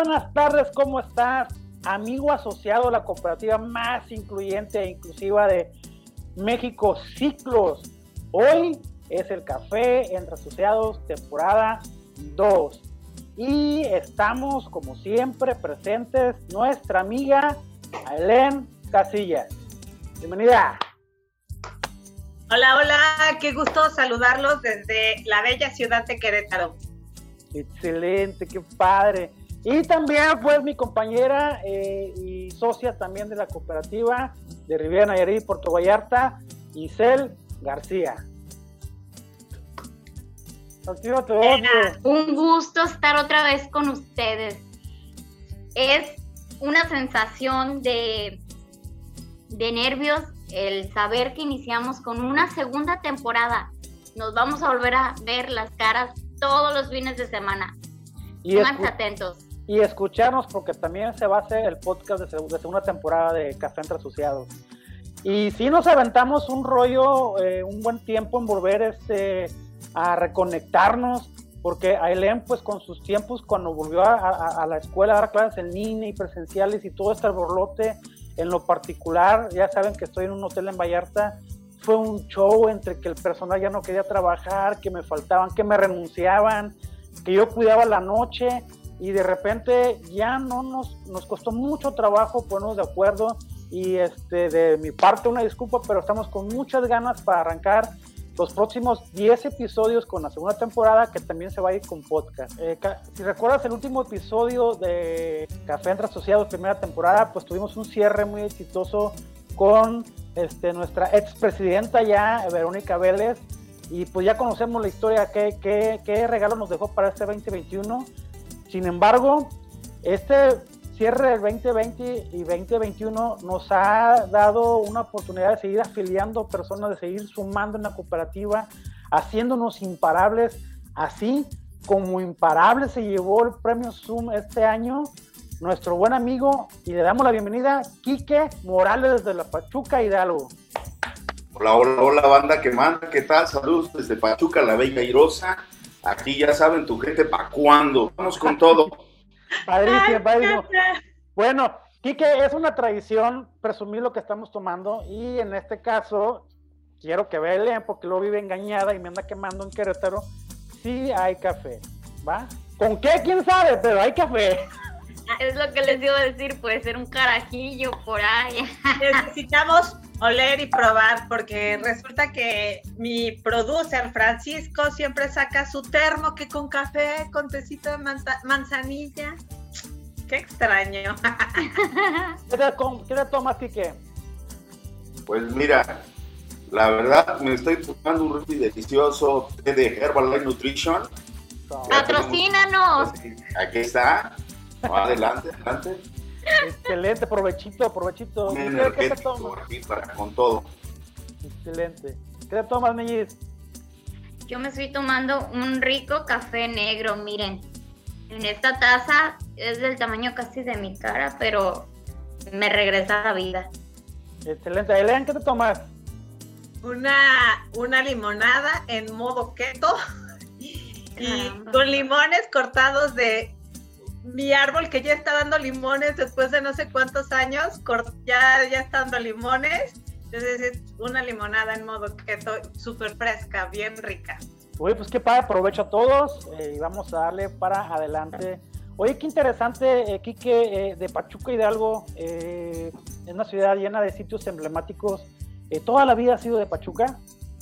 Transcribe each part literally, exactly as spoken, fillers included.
buenas tardes, ¿cómo estás? Amigo asociado a la cooperativa más incluyente e inclusiva de México, Ciclos. Hoy es el Café Entre Asociados, temporada dos. Y estamos, como siempre, presentes nuestra amiga Ailén Casillas. Bienvenida. Hola, hola, qué gusto saludarlos desde la bella ciudad de Querétaro. Excelente, qué padre. Y también pues mi compañera eh, y socia también de la cooperativa de Riviera Nayarit y Puerto Vallarta, Isel García. Contigo te odio. Un gusto estar otra vez con ustedes. Es una sensación de, de nervios el saber que iniciamos con una segunda temporada. Nos vamos a volver a ver las caras todos los fines de semana. Pónganse atentos. Y escucharnos, porque también se va a hacer el podcast de, seg- de segunda temporada de Café Entre Asociados. Y sí nos aventamos un rollo, eh, un buen tiempo en volver este, a reconectarnos, porque Ailén, pues con sus tiempos, cuando volvió a, a, a la escuela a dar clases en línea y presenciales y todo este borlote, en lo particular, ya saben que estoy en un hotel en Vallarta, fue un show entre que el personal ya no quería trabajar, que me faltaban, que me renunciaban, que yo cuidaba la noche, y de repente ya no nos, nos costó mucho trabajo ponernos de acuerdo, y este, de mi parte una disculpa, pero estamos con muchas ganas para arrancar los próximos diez episodios con la segunda temporada, que también se va a ir con podcast. Eh, ca- si recuerdas el último episodio de Café Entre Asociados, primera temporada, pues tuvimos un cierre muy exitoso con este, nuestra expresidenta ya, Verónica Vélez, y pues ya conocemos la historia, qué, qué, qué regalo nos dejó para este veinte veintiuno. Sin embargo, este cierre del veinte veinte y veinte veintiuno nos ha dado una oportunidad de seguir afiliando personas, de seguir sumando en la cooperativa, haciéndonos imparables, así como imparable se llevó el premio Zoom este año nuestro buen amigo, y le damos la bienvenida, Quique Morales desde la Pachuca, Hidalgo. Hola, hola, hola, banda que manda, ¿qué tal? Saludos desde Pachuca, la bella airosa. Aquí ya saben, tu gente pa' cuándo. Vamos con todo. Padrísimo, padrísimo. Bueno, Quique, es una tradición presumir lo que estamos tomando, y en este caso quiero que vean, porque luego vive engañada y me anda quemando en Querétaro. Sí hay café, ¿va? ¿Con qué? ¿Quién sabe? Pero hay café. Es lo que les iba a decir, puede ser un carajillo por ahí. Necesitamos oler y probar, porque resulta que mi producer Francisco siempre saca su termo que con café, con tecito de manza- manzanilla. Qué extraño. ¿Qué te, com- qué te tomas, Quique? Pues mira, la verdad me estoy tomando un rico y delicioso té de Herbalife Nutrition. Patrocínanos. Aquí está. Adelante, adelante. Excelente, provechito, provechito. Un ¿Qué, qué te energético tomas? aquí para con todo. Excelente. ¿Qué te tomas, Mellis? Yo me estoy tomando un rico café negro, miren. En esta taza es del tamaño casi de mi cara, pero me regresa a la vida. Excelente. Ailén, ¿qué te tomas? Una, una limonada en modo keto y Caramba. con limones cortados de mi árbol, que ya está dando limones después de no sé cuántos años, cort- ya, ya está dando limones. Entonces es una limonada en modo keto, súper fresca, bien rica. Oye, pues qué padre, aprovecho a todos eh, y vamos a darle para adelante. Oye, qué interesante, eh, Quique, eh, de Pachuca, Hidalgo, eh, es una ciudad llena de sitios emblemáticos. Eh, ¿Toda la vida ha sido de Pachuca?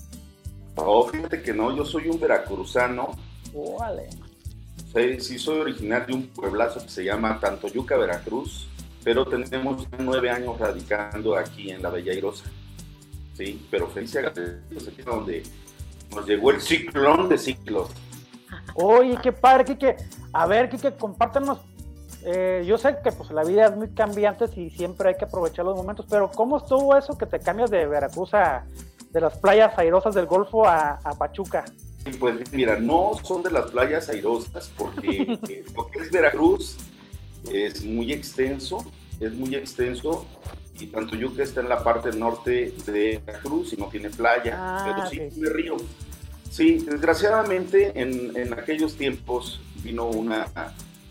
Oh, fíjate que no, yo soy un veracruzano. Órale. Sí, sí, soy originario de un pueblazo que se llama Tantoyuca, Veracruz, pero tenemos nueve años radicando aquí en la bella airosa. Sí, pero feliz agradecidos, aquí es donde nos llegó el ciclón de ciclos. Oye, qué padre, Quique. A ver, Quique, compártenos. Eh, yo sé que pues la vida es muy cambiante y siempre hay que aprovechar los momentos, pero ¿cómo estuvo eso que te cambias de Veracruz a, de las playas airosas del Golfo a, a Pachuca? Y pues mira, no son de las playas airosas, porque eh, lo que es Veracruz es muy extenso, es muy extenso, y Tantoyuca está en la parte norte de Veracruz y no tiene playa, Ah, pero sí ok. tiene río. Sí, desgraciadamente en, en aquellos tiempos vino una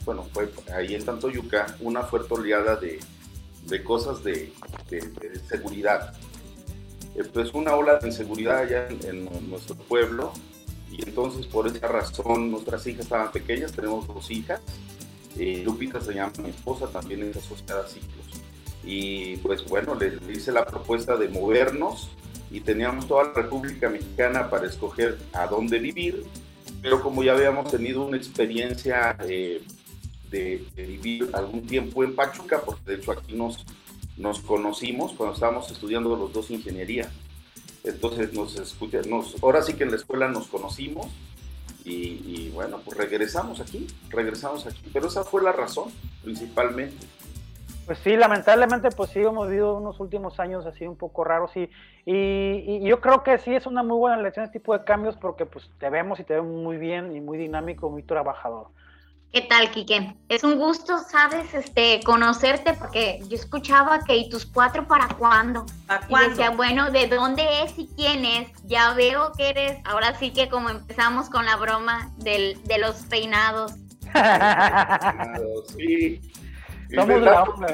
bueno, fue ahí en Tantoyuca, una fuerte oleada de, de cosas de, de, de seguridad. Pues una ola de inseguridad allá en, en nuestro pueblo, y entonces por esa razón nuestras hijas estaban pequeñas, tenemos dos hijas, eh, Lupita se llama mi esposa, también es asociada a Ciclos, y pues bueno, le, le hice la propuesta de movernos, y teníamos toda la República Mexicana para escoger a dónde vivir, pero como ya habíamos tenido una experiencia eh, de, de vivir algún tiempo en Pachuca, porque de hecho aquí nos, nos conocimos cuando estábamos estudiando los dos ingeniería, entonces nos escucha, nos, ahora sí que en la escuela nos conocimos, y, y bueno, pues regresamos aquí, regresamos aquí, pero esa fue la razón principalmente. Pues sí, lamentablemente pues sí hemos vivido unos últimos años así un poco raros, y, y, y yo creo que sí es una muy buena elección este tipo de cambios, porque pues te vemos y te vemos muy bien y muy dinámico, muy trabajador. ¿Qué tal, Quique? Es un gusto, sabes, este, conocerte, porque yo escuchaba que ¿y tus cuatro para cuándo? ¿Para Y cuándo? decía, bueno, ¿de dónde es y quién es? Ya veo que eres, ahora sí que como empezamos con la broma del, de los peinados. Sí. Somos la onda.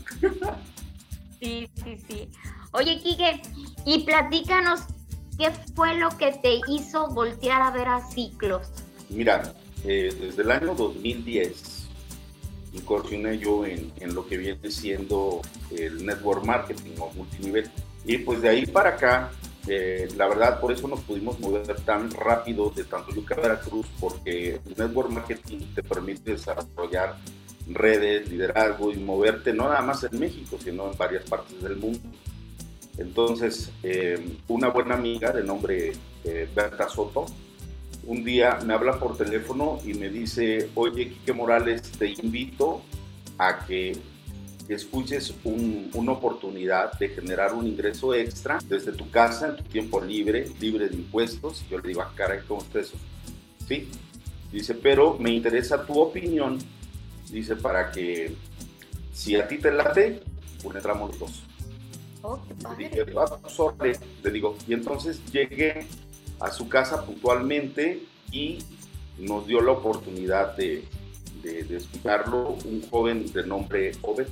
Sí, sí, sí. Oye, Quique, y platícanos, ¿qué fue lo que te hizo voltear a ver a Ciclos? Mira, eh, desde el año dos mil diez incursioné yo en, en lo que viene siendo el network marketing o multinivel. Y pues de ahí para acá, eh, la verdad, por eso nos pudimos mover tan rápido de Tantoyuca a Veracruz, porque el network marketing te permite desarrollar redes, liderazgo y moverte no nada más en México, sino en varias partes del mundo. Entonces, eh, una buena amiga de nombre eh, Berta Soto, un día me habla por teléfono y me dice, oye, Quique Morales, te invito a que escuches un, una oportunidad de generar un ingreso extra desde tu casa, en tu tiempo libre, libre de impuestos. Yo le digo, ah, caray, ¿cómo está eso? Sí, dice, pero me interesa tu opinión, dice, para que si a ti te late, pues entramos los dos. Oh, qué padre. Dije, ah, pues, órale, le digo, y entonces llegué a su casa puntualmente y nos dio la oportunidad de, de, de escucharlo un joven de nombre Obed,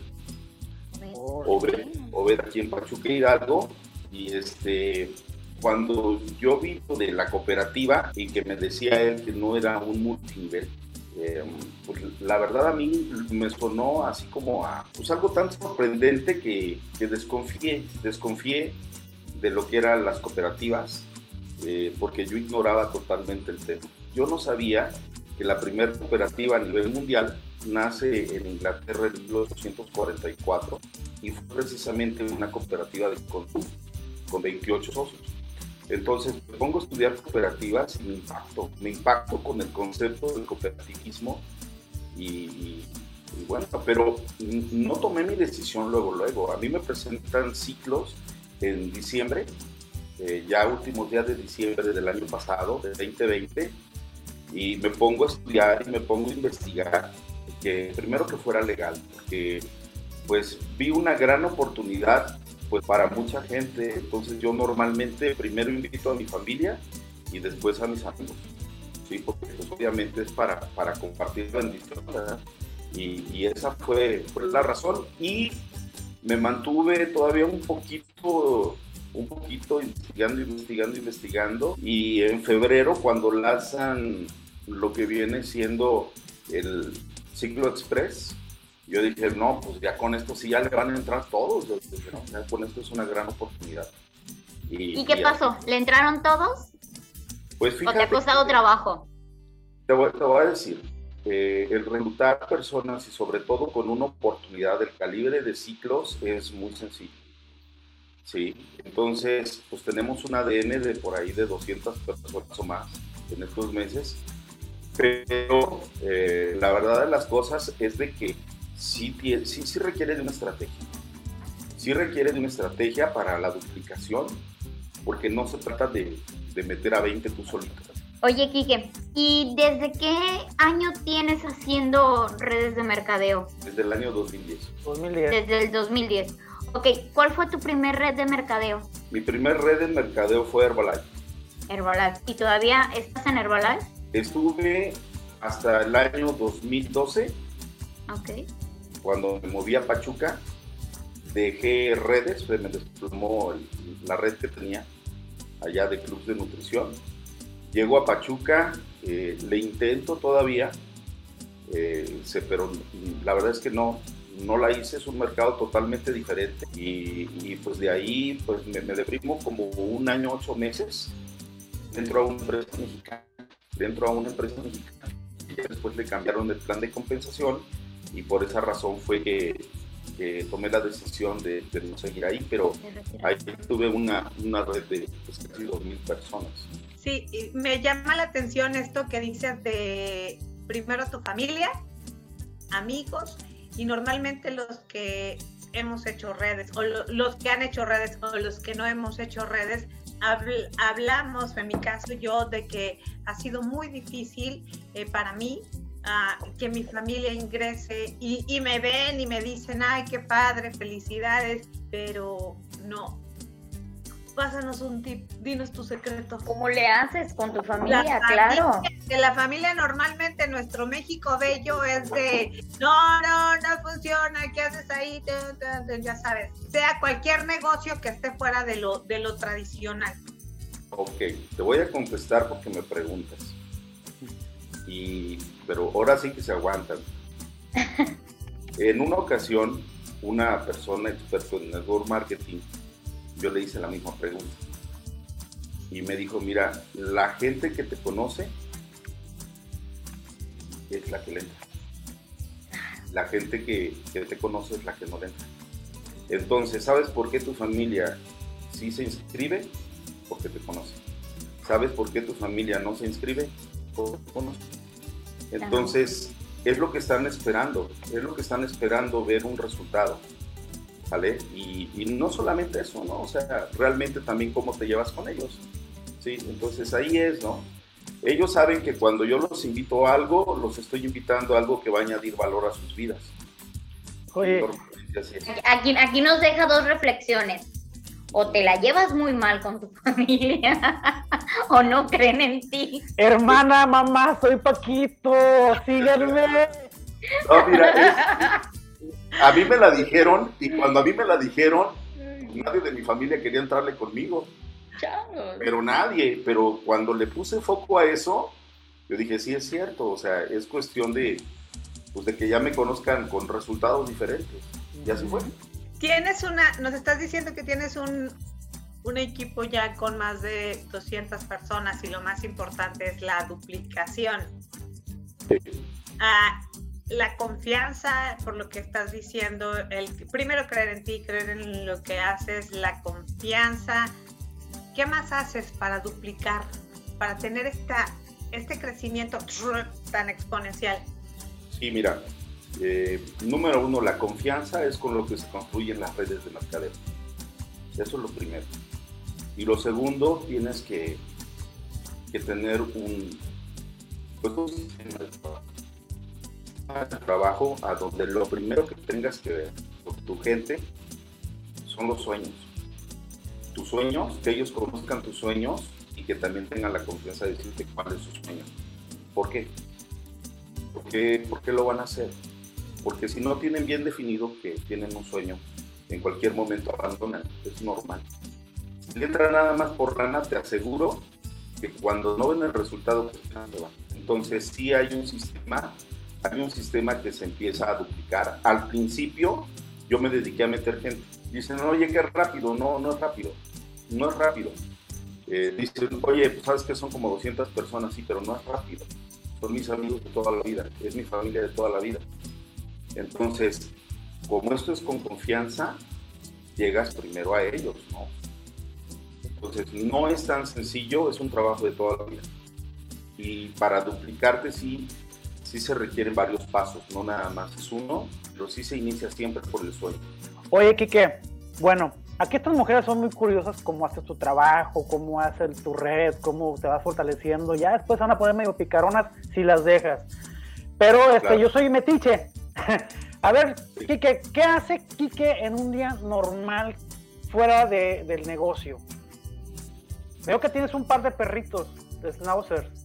Obed, Obed aquí en Pachuca Hidalgo, y este, cuando yo vi de la cooperativa y que me decía él que no era un multinivel, eh, pues la verdad a mí me sonó así como a pues algo tan sorprendente que, que desconfié, desconfié de lo que eran las cooperativas. Eh, porque yo ignoraba totalmente el tema. Yo no sabía que la primera cooperativa a nivel mundial nace en Inglaterra en mil ochocientos cuarenta y cuatro y fue precisamente una cooperativa de consumo con veintiocho socios. Entonces me pongo a estudiar cooperativas y me impacto, me impacto con el concepto del cooperativismo y, y, y bueno, pero no tomé mi decisión luego, luego. A mí me presentan Ciclos en diciembre, Eh, ya últimos días de diciembre del año pasado, de veinte veinte, y me pongo a estudiar y me pongo a investigar, que primero que fuera legal, porque pues vi una gran oportunidad pues para mucha gente. Entonces yo normalmente primero invito a mi familia y después a mis amigos, ¿sí? Porque pues, obviamente es para, para compartir la bendición, ¿verdad? Y, y esa fue, fue la razón, y me mantuve todavía un poquito un poquito investigando, investigando, investigando, y en febrero, cuando lanzan lo que viene siendo el Ciclo Express, yo dije, no, pues ya con esto sí ya le van a entrar todos. Yo dije, no, ya con esto es una gran oportunidad. ¿Y, ¿Y qué y pasó? Así, ¿le entraron todos? Pues fíjate, ¿o te ha costado que, trabajo? Te voy, te voy a decir, eh, el reclutar personas y sobre todo con una oportunidad del calibre de Ciclos es muy sencillo. Sí, entonces pues tenemos un A D N de por ahí de doscientas personas o más en estos meses, pero eh, la verdad de las cosas es de que sí, sí, sí requiere de una estrategia, sí requiere de una estrategia para la duplicación, porque no se trata de, de meter a veinte tú solito. Oye, Quique, ¿y desde qué año tienes haciendo redes de mercadeo? Desde el año dos mil diez. dos mil diez. Desde el dos mil diez. Ok, ¿cuál fue tu primer red de mercadeo? Mi primer red de mercadeo fue Herbalife. Herbalife. ¿Y todavía estás en Herbalife? Estuve hasta el año dos mil doce, Ok. cuando me moví a Pachuca, dejé redes, me desplomó el- la red que tenía allá de clubes de nutrición. Llego a Pachuca, eh, le intento todavía, eh, sé, pero la verdad es que no, no la hice, es un mercado totalmente diferente y, y pues de ahí pues me, me deprimo como un año, ocho meses dentro a una empresa mexicana, dentro a una empresa mexicana. Y después le cambiaron el plan de compensación y por esa razón fue que, que tomé la decisión de, de no seguir ahí, pero ahí tuve una, una red de pues, casi dos mil personas. Sí, y me llama la atención esto que dices de primero tu familia, amigos, y normalmente los que hemos hecho redes, o lo, los que han hecho redes, o los que no hemos hecho redes, habl, hablamos, en mi caso yo, de que ha sido muy difícil eh, para mí uh, que mi familia ingrese y, y me ven y me dicen, ay, qué padre, felicidades, pero no. Pásanos un tip, dinos tu secreto. ¿Cómo le haces con tu familia? La Claro. familia, de la familia normalmente nuestro México bello es de no, no, no funciona, ¿qué haces ahí? Ya sabes, sea cualquier negocio que esté fuera de lo, de lo tradicional. Ok, te voy a contestar porque me preguntas. Y, pero ahora sí que se aguantan. En una ocasión, una persona experta en network marketing, yo le hice la misma pregunta. Y me dijo, mira, la gente que te conoce es la que le entra. La gente que, que te conoce es la que no le entra. Entonces, ¿sabes por qué tu familia sí se inscribe? Porque te conoce. ¿Sabes por qué tu familia no se inscribe? Porque te conoce. Entonces, es lo que están esperando, es lo que están esperando ver un resultado. ¿Vale? Y, y no solamente eso, ¿no? O sea, realmente también cómo te llevas con ellos, ¿sí? Entonces ahí es, ¿no? Ellos saben que cuando yo los invito a algo, los estoy invitando a algo que va a añadir valor a sus vidas. Oye, Así es. Aquí, aquí nos deja dos reflexiones. O te la llevas muy mal con tu familia, o no creen en ti. hermana, mamá, soy Paquito, síganme. No, mira, es, a mí me la dijeron, y cuando a mí me la dijeron, nadie de mi familia quería entrarle conmigo. Chao. Pero nadie, pero cuando le puse foco a eso, yo dije, sí es cierto, o sea, es cuestión de, pues de que ya me conozcan con resultados diferentes. Y así fue. Tienes una, nos estás diciendo que tienes un, un equipo ya con más de doscientas personas y lo más importante es la duplicación. Sí. Ah, la confianza, por lo que estás diciendo, el primero creer en ti, creer en lo que haces, la confianza. ¿Qué más haces para duplicar, para tener esta, este crecimiento tan exponencial? Sí, mira, eh, número uno, la confianza es con lo que se construyen las redes de mercadeo. Eso es lo primero. Y lo segundo, tienes que, que tener un, pues, un sistema de trabajo. De trabajo a donde lo primero que tengas que ver con tu gente son los sueños. Tus sueños, que ellos conozcan tus sueños y que también tengan la confianza de decirte cuál es su sueño. ¿Por qué? ¿Por qué, ¿Por qué lo van a hacer? Porque si no tienen bien definido que tienen un sueño, en cualquier momento abandonan, es normal. Si le entra nada más por lana, te aseguro que cuando no ven el resultado, pues se van. Entonces sí hay un sistema, hay un sistema que se empieza a duplicar. Al principio yo me dediqué a meter gente. Dicen, oye, qué rápido. No, no es rápido. No es rápido. Eh, dicen, oye, pues sabes que son como doscientas personas, sí, pero no es rápido. Son mis amigos de toda la vida, es mi familia de toda la vida. Entonces, como esto es con confianza, llegas primero a ellos, ¿no? Entonces, no es tan sencillo, es un trabajo de toda la vida. Y para duplicarte, sí, sí se requieren varios pasos, no nada más es uno, pero sí se inicia siempre por el sueño. Oye, Quique, bueno, aquí estas mujeres son muy curiosas cómo haces tu trabajo, cómo haces tu red, cómo te vas fortaleciendo. Ya después van a poner medio picaronas si las dejas. Pero este, claro. Yo soy metiche. A ver, Quique, ¿qué hace Quique en un día normal fuera de, del negocio? Veo que tienes un par de perritos de Schnauzer.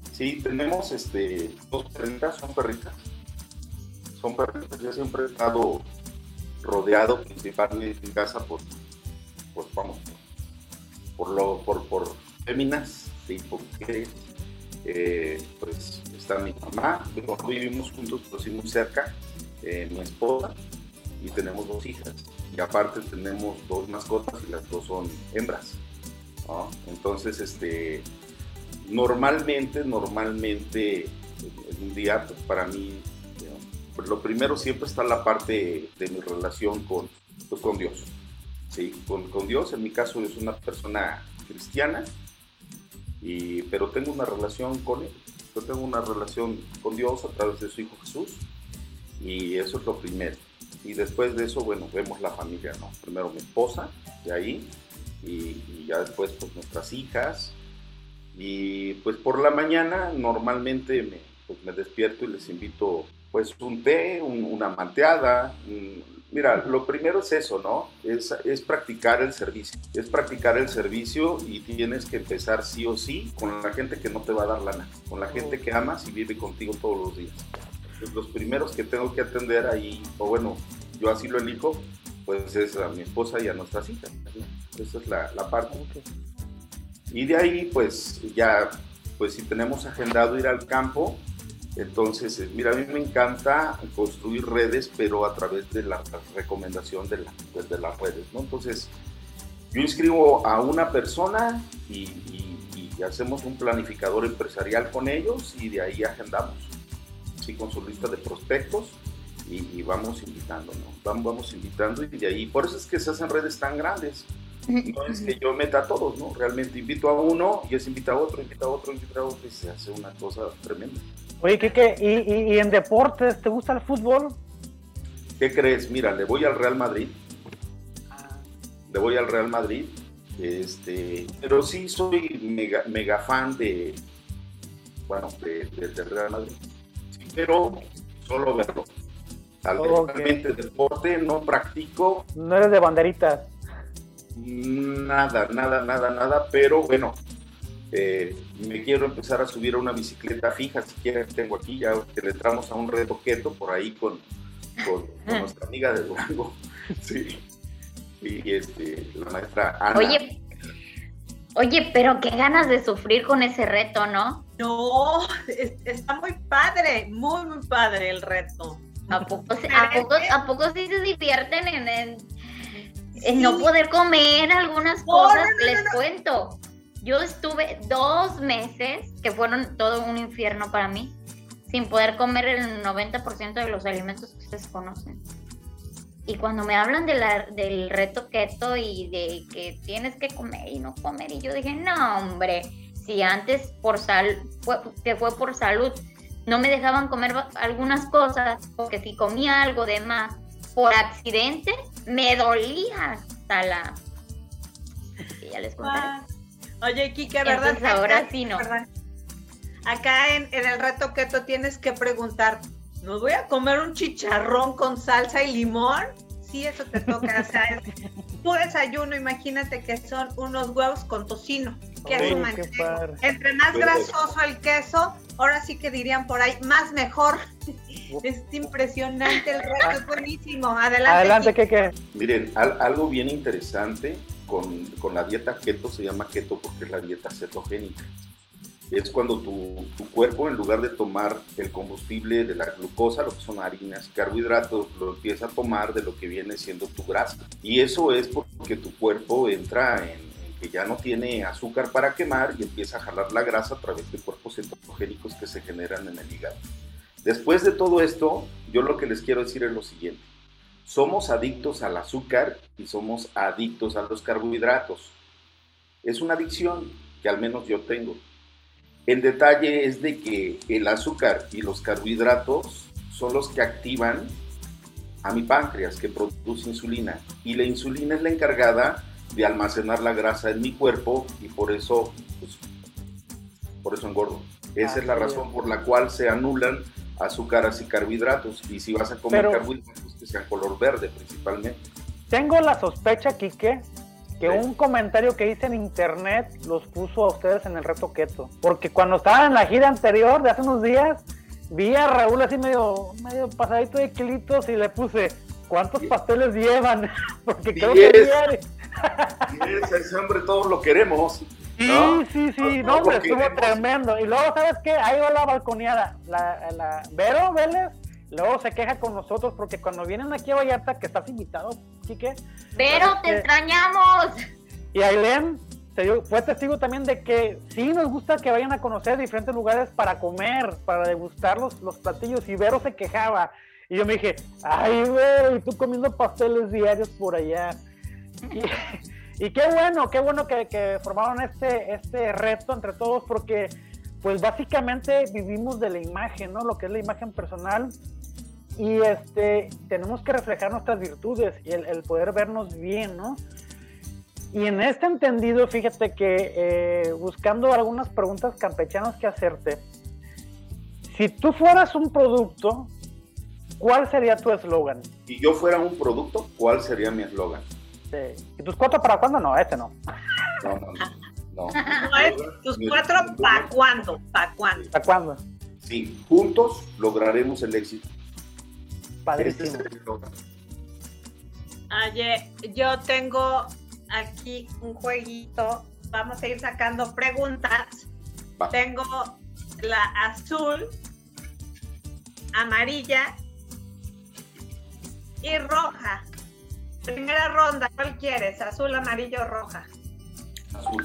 Sí, tenemos este, dos perritas, son perritas. Son perritas, yo siempre he estado rodeado principalmente en casa por, pues vamos, por, por, lo, por, por féminas, sí, porque eh, pues está mi mamá, no vivimos juntos, pero sí muy cerca, eh, mi esposa, y tenemos dos hijas. Y aparte tenemos dos mascotas y las dos son hembras, ¿no? Entonces, este, normalmente, normalmente, en un día, pues para mí, pues lo primero siempre está la parte de mi relación con, pues, con Dios, ¿sí? Con, con Dios, en mi caso, es una persona cristiana, y, pero tengo una relación con Él. Yo tengo una relación con Dios a través de su Hijo Jesús, y eso es lo primero. Y después de eso, bueno, vemos la familia, ¿no? Primero mi esposa, de ahí, y, y ya después, pues, nuestras hijas. Y pues por la mañana normalmente me, pues, me despierto y les invito, pues, un té, un, una malteada. Un, mira, lo primero es eso, ¿no? Es, es practicar el servicio. Es practicar el servicio y tienes que empezar sí o sí con la gente que no te va a dar lana, con la gente que amas y vive contigo todos los días. Pues los primeros que tengo que atender ahí, o bueno, yo así lo elijo, pues es a mi esposa y a nuestras hijas, ¿no? Esa es la, la parte. Y de ahí, pues ya, pues si tenemos agendado ir al campo, entonces, mira, a mí me encanta construir redes, pero a través de la, la recomendación de, la, pues de las redes, ¿no? Entonces, yo inscribo a una persona y, y, y hacemos un planificador empresarial con ellos y de ahí agendamos. Sí, con su lista de prospectos y, y vamos invitando, ¿no? Vamos, vamos invitando y de ahí, por eso es que se hacen redes tan grandes. No es que yo meta a todos, ¿no? Realmente invito a uno y es invita a otro, invita a otro, invita a otro y se hace una cosa tremenda. Oye, Quique, ¿y, y, y en deportes te gusta el fútbol? ¿Qué crees? Mira, le voy al Real Madrid. Le voy al Real Madrid. Este, pero sí soy mega, mega fan de, bueno, de, de, de Real Madrid. Pero solo verlo. Realmente okay. Deporte no practico. No eres de banderitas. Nada, nada, nada, nada, pero bueno, eh, me quiero empezar a subir a una bicicleta fija, si quieres tengo aquí, ya que le entramos a un reto keto por ahí con, con, con nuestra amiga de Durango, sí, y este, la maestra Ana. Oye, oye, pero qué ganas de sufrir con ese reto, ¿no? No, es, está muy padre, muy, muy padre el reto. ¿A poco, a poco, a poco sí se divierten en... en... en no poder comer algunas cosas? No, no, no, les no, no. cuento. Yo estuve dos meses, que fueron todo un infierno para mí, sin poder comer el noventa por ciento de los alimentos que ustedes conocen. Y cuando me hablan de la, del reto keto y de que tienes que comer y no comer, y yo dije, no, hombre, si antes por sal, fue, que fue por salud, no me dejaban comer algunas cosas, porque si comía algo de más por accidente, me dolía hasta la... Y ya les contaré. Ah, oye, Quique, ¿verdad? Entonces, ahora acá, sí no. ¿verdad? Acá en, en el reto keto tienes que preguntar, ¿me voy a comer un chicharrón con salsa y limón? Sí, eso te toca. O sea, es tu desayuno, imagínate que son unos huevos con tocino, queso oh, manchego. Entre más grasoso el queso, ahora sí que dirían por ahí, más mejor. Es impresionante el reto, es buenísimo. Adelante, Adelante Quique. Miren, al, algo bien interesante con, con la dieta keto, se llama keto porque es la dieta cetogénica. Es cuando tu, tu cuerpo, en lugar de tomar el combustible de la glucosa, lo que son harinas, carbohidratos, lo empieza a tomar de lo que viene siendo tu grasa. Y eso es porque tu cuerpo entra en, en que ya no tiene azúcar para quemar y empieza a jalar la grasa a través de cuerpos cetogénicos que se generan en el hígado. Después de todo esto, yo lo que les quiero decir es lo siguiente. Somos adictos al azúcar y somos adictos a los carbohidratos. Es una adicción que al menos yo tengo. El detalle es de que el azúcar y los carbohidratos son los que activan a mi páncreas, que produce insulina. Y la insulina es la encargada de almacenar la grasa en mi cuerpo y por eso, pues, por eso engordo. Esa ah, es la razón por la cual se anulan azúcares y carbohidratos. Y si vas a comer Pero, carbohidratos, que sean color verde principalmente. Tengo la sospecha, Quique, que un comentario que hice en internet los puso a ustedes en el reto keto. Porque cuando estaba en la gira anterior de hace unos días, vi a Raúl así medio, medio pasadito de kilitos y le puse, ¿cuántos pasteles llevan? Porque creo que diez. diez, ese hombre todos lo queremos. ¿No? Sí, sí, sí, no, hombre, estuvo tremendo. Y luego, ¿sabes qué? Ahí va la balconeada. La, la Vero Vélez luego se queja con nosotros porque cuando vienen aquí a Vallarta, que estás invitado, Quique. Vero, te extrañamos. Y Ailén se dio, fue testigo también de que sí nos gusta que vayan a conocer diferentes lugares para comer, para degustar los, los platillos. Y Vero se quejaba. Y yo me dije, ay, güey, tú comiendo pasteles diarios por allá. Y, y qué bueno, qué bueno que, que formaron este, este reto entre todos, porque pues básicamente vivimos de la imagen, ¿no? Lo que es la imagen personal. Y este, tenemos que reflejar nuestras virtudes y el, el poder vernos bien, ¿no? Y en este entendido, fíjate que eh, buscando algunas preguntas campechanas que hacerte, si tú fueras un producto, ¿cuál sería tu eslogan? Si yo fuera un producto, ¿cuál sería mi eslogan? Sí. ¿Y tus cuatro para cuándo? No, este no. No, no, no. no. no es, tus cuatro para cuándo, para cuándo. ¿Para cuándo? Sí, juntos lograremos el éxito. Padrísimo. Oye, yo tengo aquí un jueguito. Vamos a ir sacando preguntas. Va. Tengo la azul, amarilla y roja. Primera ronda, ¿cuál quieres? ¿Azul, amarillo o roja? Azul.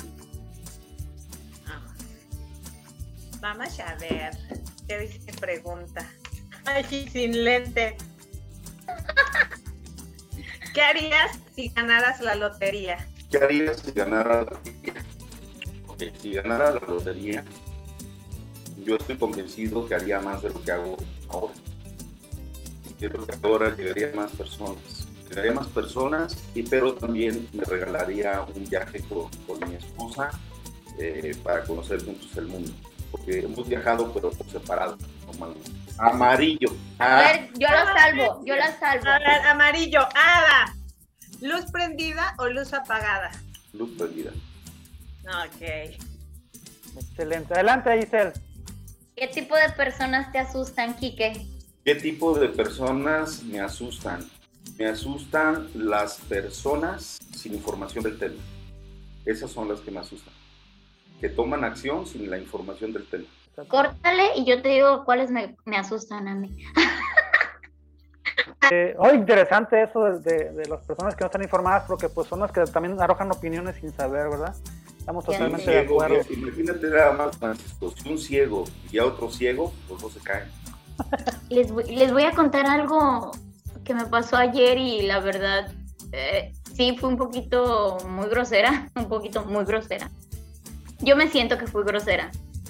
Vamos, Vamos a ver. ¿Qué dice pregunta? Ay, sin lente. ¿Qué harías si ganaras la lotería? ¿Qué harías si ganara la lotería? Okay, si ganara la lotería, yo estoy convencido que haría más de lo que hago ahora. Y creo que ahora llegaría a más personas. Llegaría a más personas, y, pero también me regalaría un viaje con, con mi esposa eh, para conocer juntos el mundo. Porque hemos viajado, pero por separado, normalmente. Amarillo. Ah. A ver, yo lo salvo, yo la salvo. A ver, amarillo. Ada, ¿luz prendida o luz apagada? Luz prendida. Ok. Excelente. Adelante, Giselle. ¿Qué tipo de personas te asustan, Quique? ¿Qué tipo de personas me asustan? Me asustan las personas sin información del tema. Esas son las que me asustan. Que toman acción sin la información del tema. Córtale y yo te digo cuáles me, me asustan a mí. Eh, oh, interesante eso de, de, de las personas que no están informadas, porque pues son las que también arrojan opiniones sin saber, ¿verdad? Estamos totalmente ciego, de acuerdo. Que, imagínate nada más, Francisco, si un ciego y a otro ciego, los dos se caen. Les voy, les voy a contar algo que me pasó ayer y la verdad, eh, sí, fue un poquito muy grosera, un poquito muy grosera. Yo me siento que fui grosera,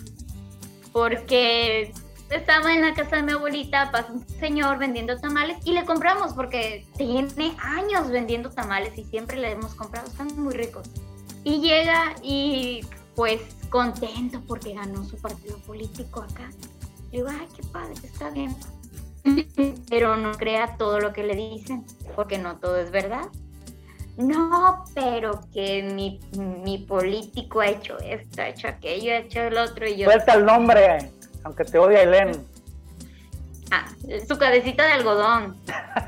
porque estaba en la casa de mi abuelita, pasa un señor vendiendo tamales y le compramos porque tiene años vendiendo tamales y siempre le hemos comprado, están muy ricos. Y llega y pues contento porque ganó su partido político acá. Le digo, ay, qué padre, está bien. Pero no crea todo lo que le dicen, porque no todo es verdad. No, pero que mi, mi político ha hecho esto, ha hecho aquello, ha hecho el otro y yo... Suelta el nombre, aunque te odie Ailén. Ah, su cabecita de algodón.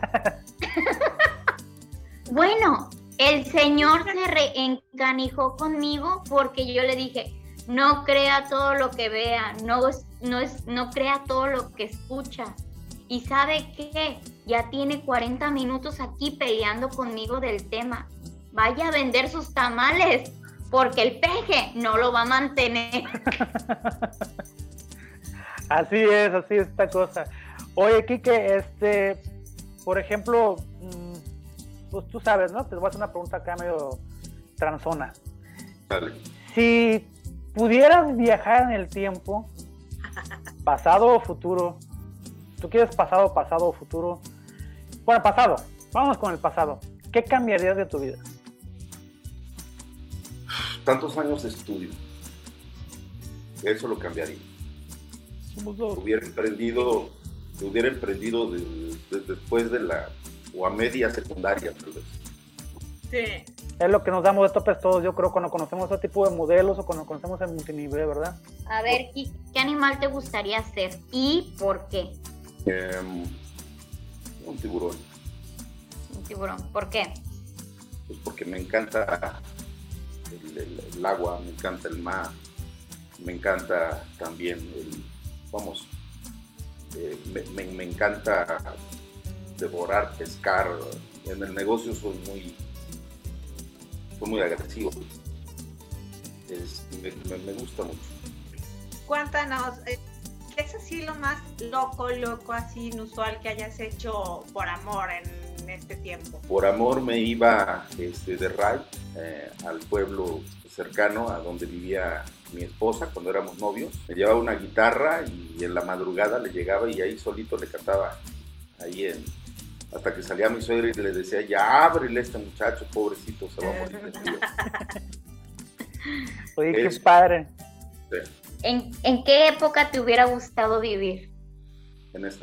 Bueno, el señor se reencanijó conmigo porque yo le dije, no crea todo lo que vea, no, no, es, no crea todo lo que escucha. ¿Y sabe qué? Ya tiene cuarenta minutos aquí peleando conmigo del tema. Vaya a vender sus tamales, porque el peje no lo va a mantener. Así es, así es esta cosa. Oye, Quique, este, por ejemplo, pues tú sabes, ¿no? Te voy a hacer una pregunta acá medio transona. Dale. Si pudieras viajar en el tiempo, pasado o futuro, ¿tú quieres pasado, pasado o futuro? Bueno, pasado. Vamos con el pasado. ¿Qué cambiarías de tu vida? Tantos años de estudio. Eso lo cambiaría. Hubiera emprendido, hubiera emprendido de, de, después de la, o a media secundaria, tal vez. Sí. Es lo que nos damos de topes todos, yo creo, cuando conocemos este tipo de modelos o cuando conocemos el multinivel, ¿verdad? A ver, ¿qué, qué animal te gustaría ser y por qué? Um, un tiburón. Un tiburón, ¿por qué? Pues porque me encanta el, el, el agua, me encanta el mar, me encanta también el, vamos, eh, me, me, me encanta devorar, pescar. En el negocio soy muy, soy muy agresivo. Es, me, me, me gusta mucho. Cuéntanos, eh, ¿qué es así lo más loco, loco, así inusual que hayas hecho por amor en este tiempo? Por amor me iba este, de ride eh, al pueblo cercano a donde vivía mi esposa cuando éramos novios. Me llevaba una guitarra y en la madrugada le llegaba y ahí solito le cantaba, ahí en, hasta que salía mi suegra y le decía, ya ábrele a este muchacho, pobrecito, se va a morir de frío. Oye, qué padre. Sí. ¿En, ¿En qué época te hubiera gustado vivir? En esta.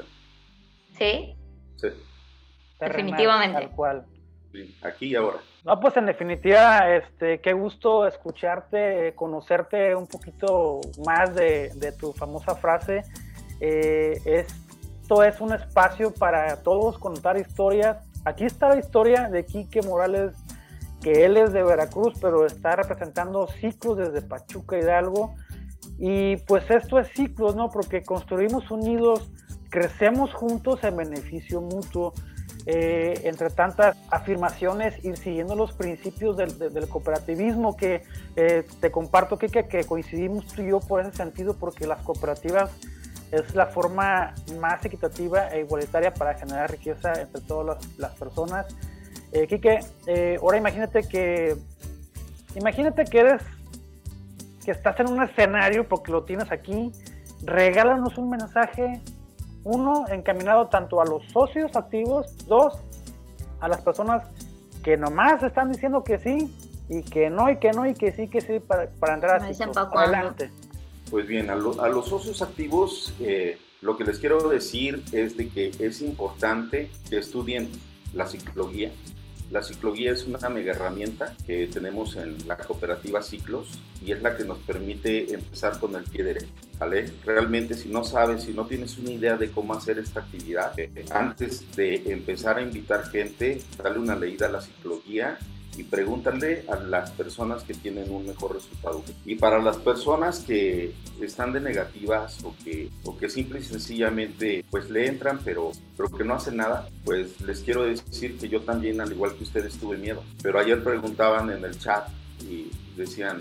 ¿Sí? Sí. Terrenal, definitivamente. Tal cual. Sí, aquí y ahora. No, pues en definitiva, este, qué gusto escucharte, conocerte un poquito más de, de tu famosa frase. Eh, esto es un espacio para todos contar historias. Aquí está la historia de Quique Morales, que él es de Veracruz, pero está representando ciclos desde Pachuca, Hidalgo. Y pues esto es ciclos, ¿no? Porque construimos unidos, crecemos juntos en beneficio mutuo. Eh, entre tantas afirmaciones, ir siguiendo los principios del, del, del cooperativismo, que eh, te comparto, Kike, que coincidimos tú y yo por ese sentido, porque las cooperativas es la forma más equitativa e igualitaria para generar riqueza entre todas las, las personas. Eh, Kike, eh, ahora imagínate que imagínate que eres que estás en un escenario, porque lo tienes aquí, regálanos un mensaje. Uno, encaminado tanto a los socios activos. Dos, a las personas que nomás están diciendo que sí, y que no, y que no, y que sí, que sí, para, para entrar a ciclo. Adelante. Pues bien, a, lo, a los socios activos, eh, lo que les quiero decir es de que es importante que estudien la cicloguía. La cicloguía es una mega herramienta que tenemos en la cooperativa Ciclos y es la que nos permite empezar con el pie derecho, ¿vale? Realmente, si no sabes, si no tienes una idea de cómo hacer esta actividad, eh, antes de empezar a invitar gente, dale una leída a la cicloguía y pregúntale a las personas que tienen un mejor resultado. Y para las personas que están de negativas o que, o que simple y sencillamente pues le entran pero, pero que no hacen nada, pues les quiero decir que yo también, al igual que ustedes, tuve miedo. Pero ayer preguntaban en el chat y decían,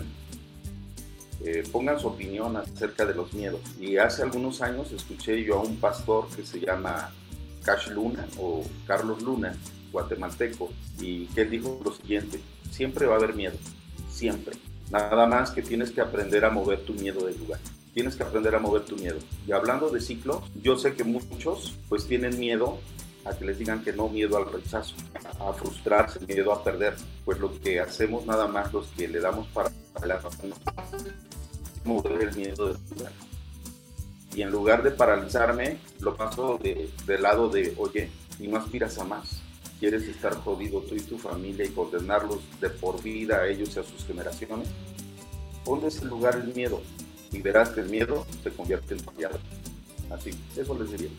eh, pongan su opinión acerca de los miedos. Y hace algunos años escuché yo a un pastor que se llama Cash Luna o Carlos Luna, guatemalteco, y que él dijo lo siguiente: siempre va a haber miedo, siempre. Nada más que tienes que aprender a mover tu miedo del lugar. Tienes que aprender a mover tu miedo. Y hablando de ciclos, yo sé que muchos pues tienen miedo a que les digan que no, miedo al rechazo, a frustrarse, miedo a perder. Pues lo que hacemos nada más los que le damos para adelante, mover el miedo del lugar. Y en lugar de paralizarme, lo paso de, del lado de, oye, ¿y no aspiras a más? ¿Quieres estar jodido tú y tu familia y condenarlos de por vida a ellos y a sus generaciones? Ponle ese lugar el miedo y verás que el miedo se convierte en aliado. Así, eso les diría.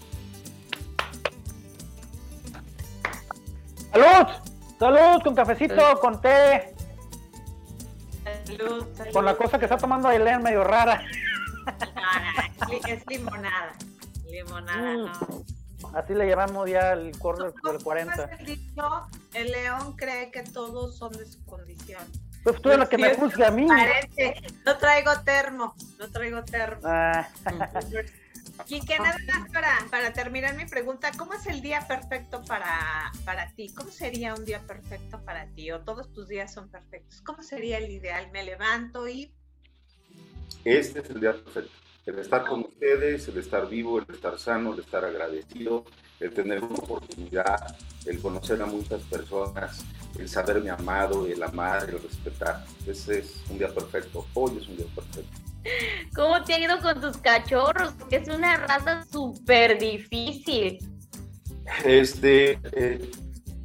¡Salud! ¡Salud! Con cafecito, sí. Con té. Salud, salud. Con la cosa que está tomando Ailén medio rara. No, no, es limonada. Limonada, mm. no. Así le llamamos ya el corner del cuarenta. El, dicho, el león cree que todos son de su condición. Pues tú eres la que me juzga a mí. Parece. No traigo termo, no traigo termo. Ah. Quique, nada más para, para terminar mi pregunta, ¿cómo es el día perfecto para, para ti? ¿Cómo sería un día perfecto para ti? ¿O todos tus días son perfectos? ¿Cómo sería el ideal? Me levanto y... Este es el día perfecto. El estar con ustedes, el estar vivo, el estar sano, el estar agradecido, el tener una oportunidad, el conocer a muchas personas, el saberme amado, el amar, el respetar. Ese es un día perfecto. Hoy es un día perfecto. ¿Cómo te ha ido con tus cachorros? Porque es una raza súper difícil. Este, eh,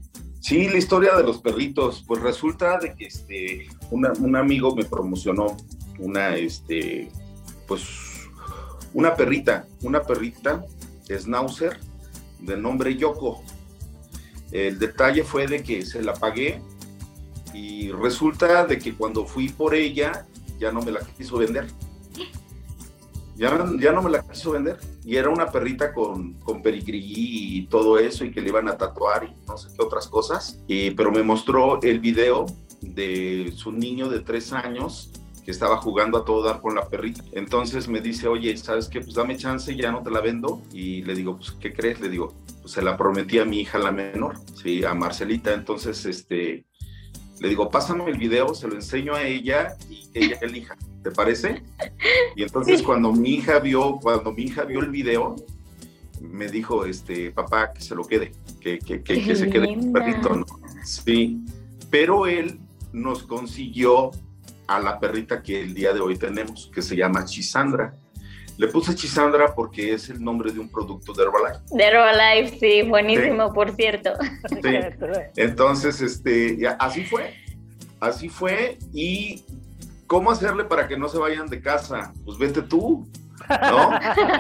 Sí, la historia de los perritos, pues resulta de que este, una, un amigo me promocionó una, este, pues, una perrita, una perrita schnauzer de nombre Yoko. El detalle fue de que se la pagué y resulta de que cuando fui por ella ya no me la quiso vender. Ya, ya no me la quiso vender. Y era una perrita con, con pedigrí y todo eso, y que le iban a tatuar y no sé qué otras cosas. Y, pero me mostró el video de su niño de tres años que estaba jugando a todo dar con la perrita. Entonces me dice, oye, ¿sabes qué? Pues dame chance, ya no te la vendo. Y le digo, pues, ¿qué crees? Le digo, pues se la prometí a mi hija la menor, sí, a Marcelita. Entonces, este, le digo, pásame el video, se lo enseño a ella y que ella elija. ¿Te parece? Y entonces sí. cuando mi hija vio, cuando mi hija vio el video, me dijo, este, papá, que se lo quede, que, que, que, que se quede el perrito, ¿no? Sí, pero él nos consiguió a la perrita que el día de hoy tenemos, que se llama Chisandra. Le puse Chisandra porque es el nombre de un producto de Herbalife. De Herbalife, sí, buenísimo, sí. Por cierto. Sí. Entonces, este, así fue, así fue, y ¿cómo hacerle para que no se vayan de casa? Pues vete tú, ¿no?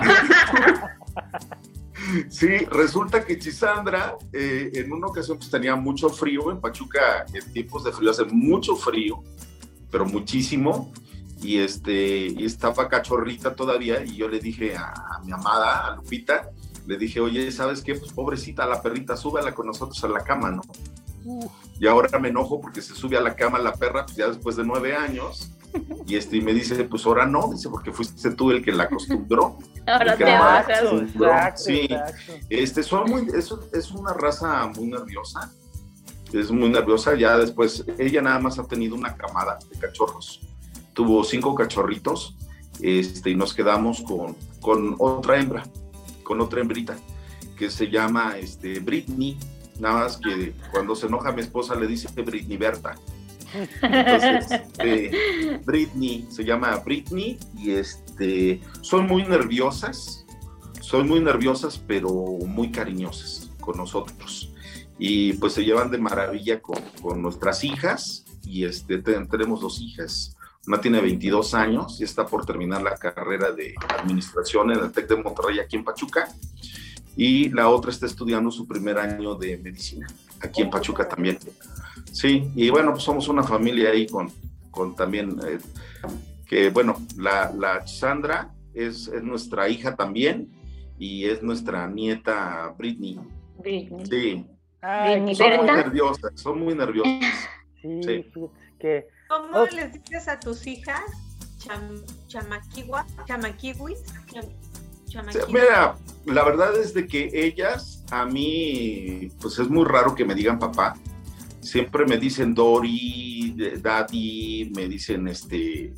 Sí, resulta que Chisandra, eh, en una ocasión pues tenía mucho frío, en Pachuca en tiempos de frío hace mucho frío, pero muchísimo, y, este, y estaba cachorrita todavía, y yo le dije a, a mi amada, a Lupita, le dije, oye, ¿sabes qué? Pues pobrecita, la perrita, súbela con nosotros a la cama, ¿no? Uf. Y ahora me enojo porque se sube a la cama la perra, pues ya después de nueve años, y este y me dice, pues ahora no, dice, porque fuiste tú el que la acostumbró. Ahora te vas. Exacto, sí, exacto. Este, son muy, es, es una raza muy nerviosa, es muy nerviosa, ya después, ella nada más ha tenido una camada de cachorros, tuvo cinco cachorritos, este, y nos quedamos con, con otra hembra, con otra hembrita, que se llama este, Britney, nada más que cuando se enoja mi esposa le dice Britney Berta. Entonces, eh, Britney, se llama Britney, y este, son muy nerviosas, son muy nerviosas, pero muy cariñosas con nosotros. Y pues se llevan de maravilla con, con nuestras hijas, y este, tenemos dos hijas. Una tiene veintidós años y está por terminar la carrera de administración en el TEC de Monterrey, aquí en Pachuca. Y la otra está estudiando su primer año de medicina, aquí en Pachuca también. Sí, y bueno, pues somos una familia ahí con, con también, eh, que bueno, la, la Sandra es, es nuestra hija también, y es nuestra nieta Britney. Britney. Sí. Ay, son muy nerviosas, son muy nerviosas. Sí, sí. Que... ¿Cómo oh. les dices a tus hijas? Cham, chamaquiwa, chamaquiwis, cham, chamaquiwa. Sí, mira, la verdad es de que ellas, a mí, pues es muy raro que me digan papá. Siempre me dicen Dori, Daddy, me dicen este,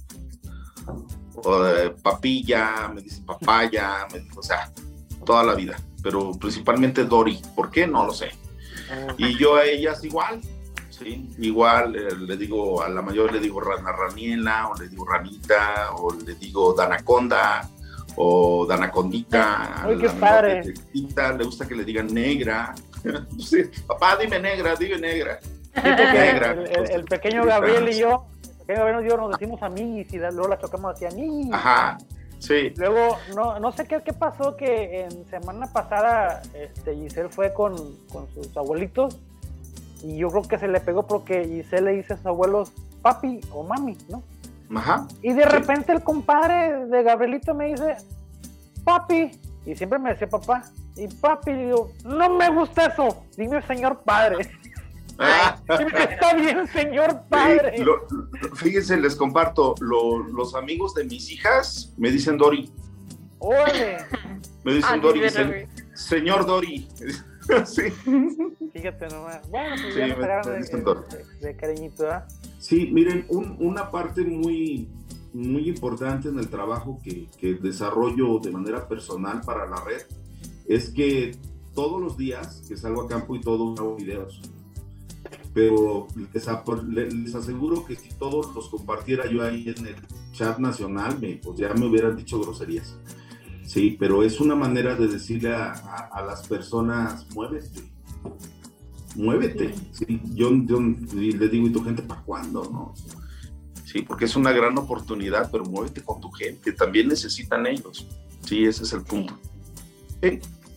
uh, papilla, me dicen papaya, me dicen, o sea, toda la vida, pero principalmente Dori. ¿Por qué? No lo sé. Y yo a ellas igual, sí, igual eh, le digo, a la mayor le digo Rana Raniela, o le digo Ranita, o le digo Danaconda, o Danacondita. ¡Ay, qué padre! Menor, le gusta que le digan negra. Sí, papá, dime negra, dime negra. Negra. El, el, el pequeño Gabriel y yo, el pequeño Gabriel y yo nos decimos amiguis, y luego la chocamos hacia amiguis. Ajá, sí. Luego, no, no sé qué, qué pasó, que en semana pasada este, Giselle fue con, con sus abuelitos, y yo creo que se le pegó porque Giselle le dice a sus abuelos papi o mami, ¿no? Ajá. Y de repente sí. El compadre de Gabrielito me dice papi, y siempre me decía papá, y papi, digo, no me gusta eso, dime señor padre. Ah. Está bien, señor padre. Sí, lo, lo, fíjense, les comparto, lo, los amigos de mis hijas me dicen Dori. ¡Ole! Me dicen ah, Dori, dicen, señor Dori. Sí. Fíjate nomás. Bueno, pues sí, ya nos agarran de, de, de cariñito, ¿eh? Sí, miren, un, una parte muy, muy importante en el trabajo que, que desarrollo de manera personal para la red es que todos los días que salgo a campo y todo hago videos, pero les, les aseguro que si todos los compartiera yo ahí en el chat nacional, me, pues ya me hubieran dicho groserías. Sí, pero es una manera de decirle a, a, a las personas, muévete, muévete. Sí. ¿Sí? Yo, yo le digo, ¿y tu gente para cuándo? ¿No? Sí, porque es una gran oportunidad, pero muévete con tu gente, también necesitan ellos. Sí, ese es el punto. Sí,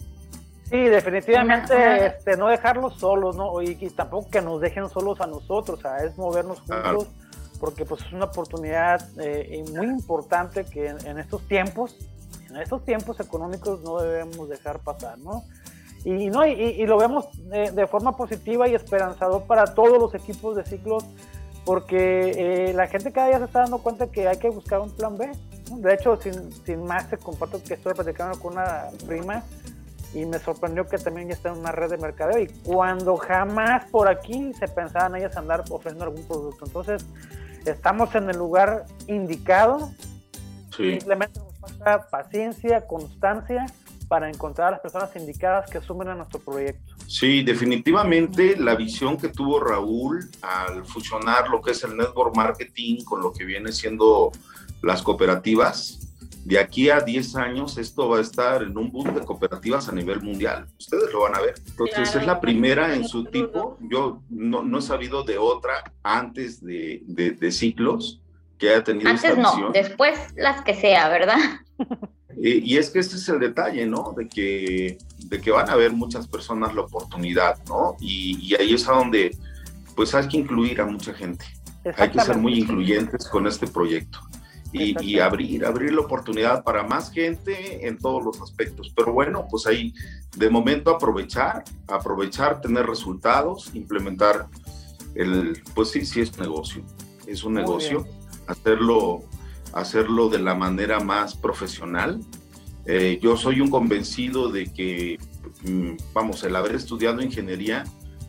sí definitivamente este, no dejarlos solos, ¿no? Y, y tampoco que nos dejen solos a nosotros, o sea, es movernos juntos, claro. Porque pues es una oportunidad eh, muy importante que en, en estos tiempos, en estos tiempos económicos no debemos dejar pasar, ¿no? Y, no, y, y lo vemos de, de forma positiva y esperanzador para todos los equipos de ciclos, porque eh, la gente cada día se está dando cuenta que hay que buscar un plan B. De hecho, sin, sin más, te comparto que estoy platicando con una prima y me sorprendió que también ya está en una red de mercadeo, y cuando jamás por aquí se pensaban ellas andar ofreciendo algún producto. Entonces, estamos en el lugar indicado. Sí. Simplemente nos falta paciencia, constancia para encontrar a las personas indicadas que sumen a nuestro proyecto. Sí, definitivamente la visión que tuvo Raúl al fusionar lo que es el network marketing con lo que viene siendo las cooperativas, de aquí a diez años esto va a estar en un boom de cooperativas a nivel mundial. Ustedes lo van a ver. Entonces claro, es la primera en su tipo. Yo no, no he sabido de otra antes de, de, de ciclos que haya tenido antes esta no, visión. Después las que sea, ¿verdad? Y, y es que este es el detalle, ¿no? De que, de que van a haber muchas personas la oportunidad, ¿no? Y, y ahí es a donde pues hay que incluir a mucha gente. Hay que ser muy incluyentes con este proyecto. Y, y abrir, abrir la oportunidad para más gente en todos los aspectos. Pero bueno, pues ahí de momento aprovechar, aprovechar, tener resultados, implementar el, pues sí, sí es un negocio, es un negocio, hacerlo, hacerlo de la manera más profesional. Eh, yo soy un convencido de que, vamos, el haber estudiado ingeniería,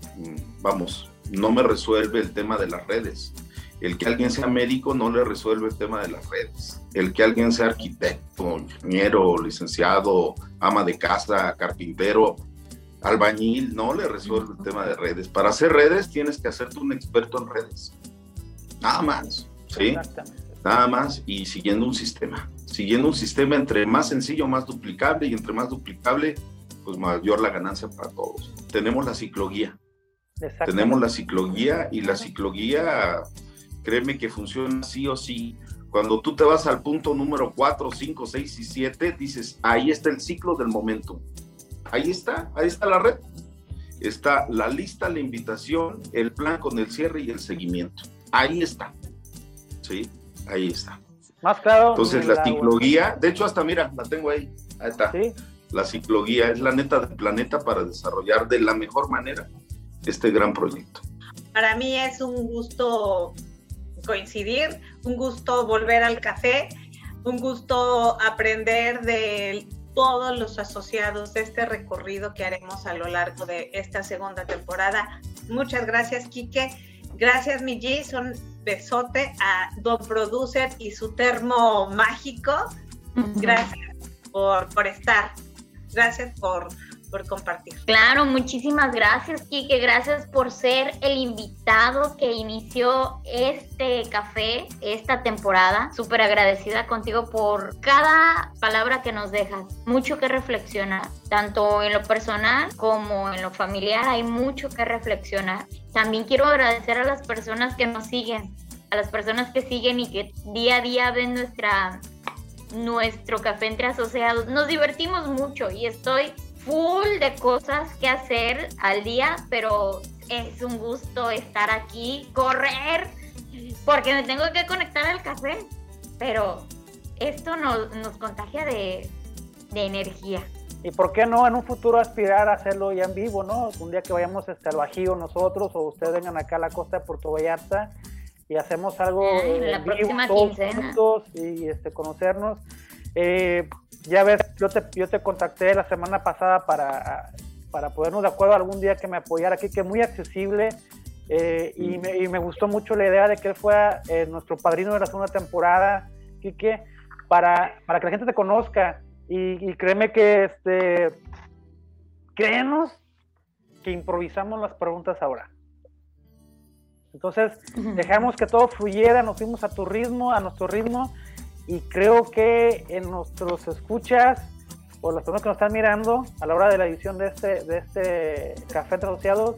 vamos, no me resuelve el tema de las redes. El que alguien sea médico no le resuelve el tema de las redes. El que alguien sea arquitecto, ingeniero, licenciado, ama de casa, carpintero, albañil, no le resuelve el tema de redes. Para hacer redes tienes que hacerte un experto en redes. Nada más, ¿sí? Nada más, y siguiendo un sistema. Siguiendo un sistema entre más sencillo, más duplicable, y entre más duplicable, pues mayor la ganancia para todos. Tenemos la cicloguía. Tenemos la cicloguía, y la cicloguía, créeme que funciona sí o sí. Cuando tú te vas al punto número cuatro, cinco, seis y siete, dices, ahí está el ciclo del momento. Ahí está, ahí está la red. Está la lista, la invitación, el plan con el cierre y el seguimiento. Ahí está. Sí, ahí está. Más claro. Entonces la cicloguía, de hecho hasta mira, la tengo ahí. Ahí está. ¿Sí? La cicloguía es la neta del planeta para desarrollar de la mejor manera este gran proyecto. Para mí es un gusto coincidir, un gusto volver al café, un gusto aprender de todos los asociados de este recorrido que haremos a lo largo de esta segunda temporada. Muchas gracias, Quique. Gracias, mi G. Un besote a Don Producer y su termo mágico. Gracias por, por estar. Gracias por... por compartir. Claro, muchísimas gracias, Quique, gracias por ser el invitado que inició este café, esta temporada. Súper agradecida contigo por cada palabra que nos dejas, mucho que reflexionar, tanto en lo personal como en lo familiar, hay mucho que reflexionar. También quiero agradecer a las personas que nos siguen, a las personas que siguen y que día a día ven nuestra, nuestro café entre asociados. Nos divertimos mucho y estoy full de cosas que hacer al día, pero es un gusto estar aquí, correr, porque me tengo que conectar al café, pero esto nos, nos contagia de, de energía. Y por qué no en un futuro aspirar a hacerlo ya en vivo, ¿no? Un día que vayamos este, al Bajío nosotros, o ustedes vengan acá a la costa de Puerto Vallarta y hacemos algo eh, la próxima vivo, quincena. Todos juntos y este, conocernos. Eh, ya ves, yo te, yo te contacté la semana pasada para, para ponernos de acuerdo algún día que me apoyara aquí, que es muy accesible, eh, y, me, y me gustó mucho la idea de que él fuera eh, nuestro padrino de la segunda temporada, Quique, para, para que la gente te conozca, y, y créeme que, este, créenos que improvisamos las preguntas ahora. Entonces, dejamos que todo fluyera, nos fuimos a tu ritmo, a nuestro ritmo, y creo que en nuestros escuchas o las personas que nos están mirando a la hora de la edición de este, de este Café Entre Asociados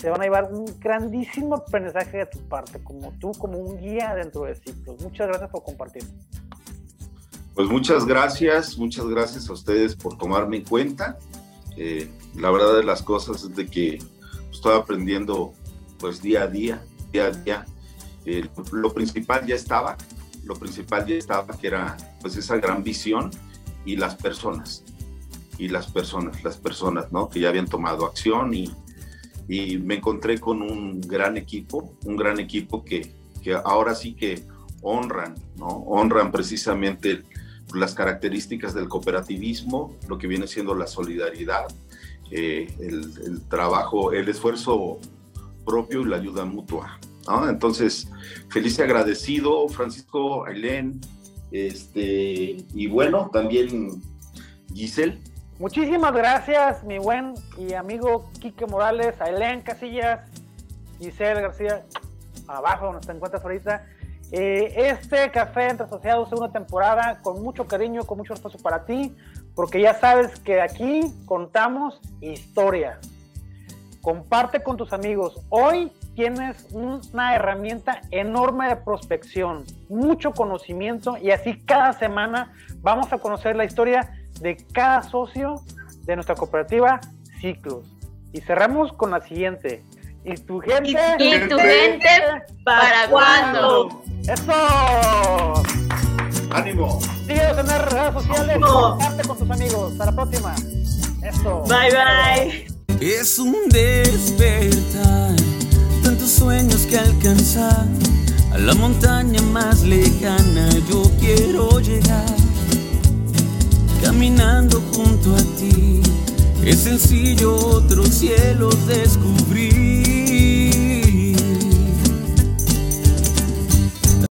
se van a llevar un grandísimo aprendizaje de tu parte, como tú, como un guía dentro de Ciclos. Muchas gracias por compartir. Pues muchas gracias, muchas gracias a ustedes por tomarme en cuenta. Eh, la verdad de las cosas es de que estoy aprendiendo pues día a día, día a día. Eh, lo principal ya estaba, lo principal ya estaba, que era pues esa gran visión y las personas, y las personas, las personas, ¿no? Que ya habían tomado acción y, y me encontré con un gran equipo, un gran equipo que, que ahora sí que honran, ¿no? Honran precisamente las características del cooperativismo, lo que viene siendo la solidaridad, eh, el, el trabajo, el esfuerzo propio y la ayuda mutua, ¿no? Entonces, feliz y agradecido, Francisco, Ailén, este, y bueno, también Giselle. Muchísimas gracias, mi buen y amigo Quique Morales, Ailén Casillas, Giselle García, abajo donde te encuentras ahorita. Eh, este Café Entre Asociados, segunda temporada, con mucho cariño, con mucho esfuerzo para ti, porque ya sabes que aquí contamos historia. Comparte con tus amigos. Hoy tienes una herramienta enorme de prospección, mucho conocimiento, y así cada semana vamos a conocer la historia de cada socio de nuestra cooperativa Ciclos. Y cerramos con la siguiente. ¿Y tu gente? ¿Y, y tu gente para cuándo? ¡Eso! ¡Ánimo! Síguenos en las redes sociales y comparte con tus amigos. Hasta la próxima. ¡Eso! Bye, bye. Es un despertar, tantos sueños que alcanzar, a la montaña más lejana yo quiero llegar, caminando junto a ti, es sencillo otro cielo descubrir.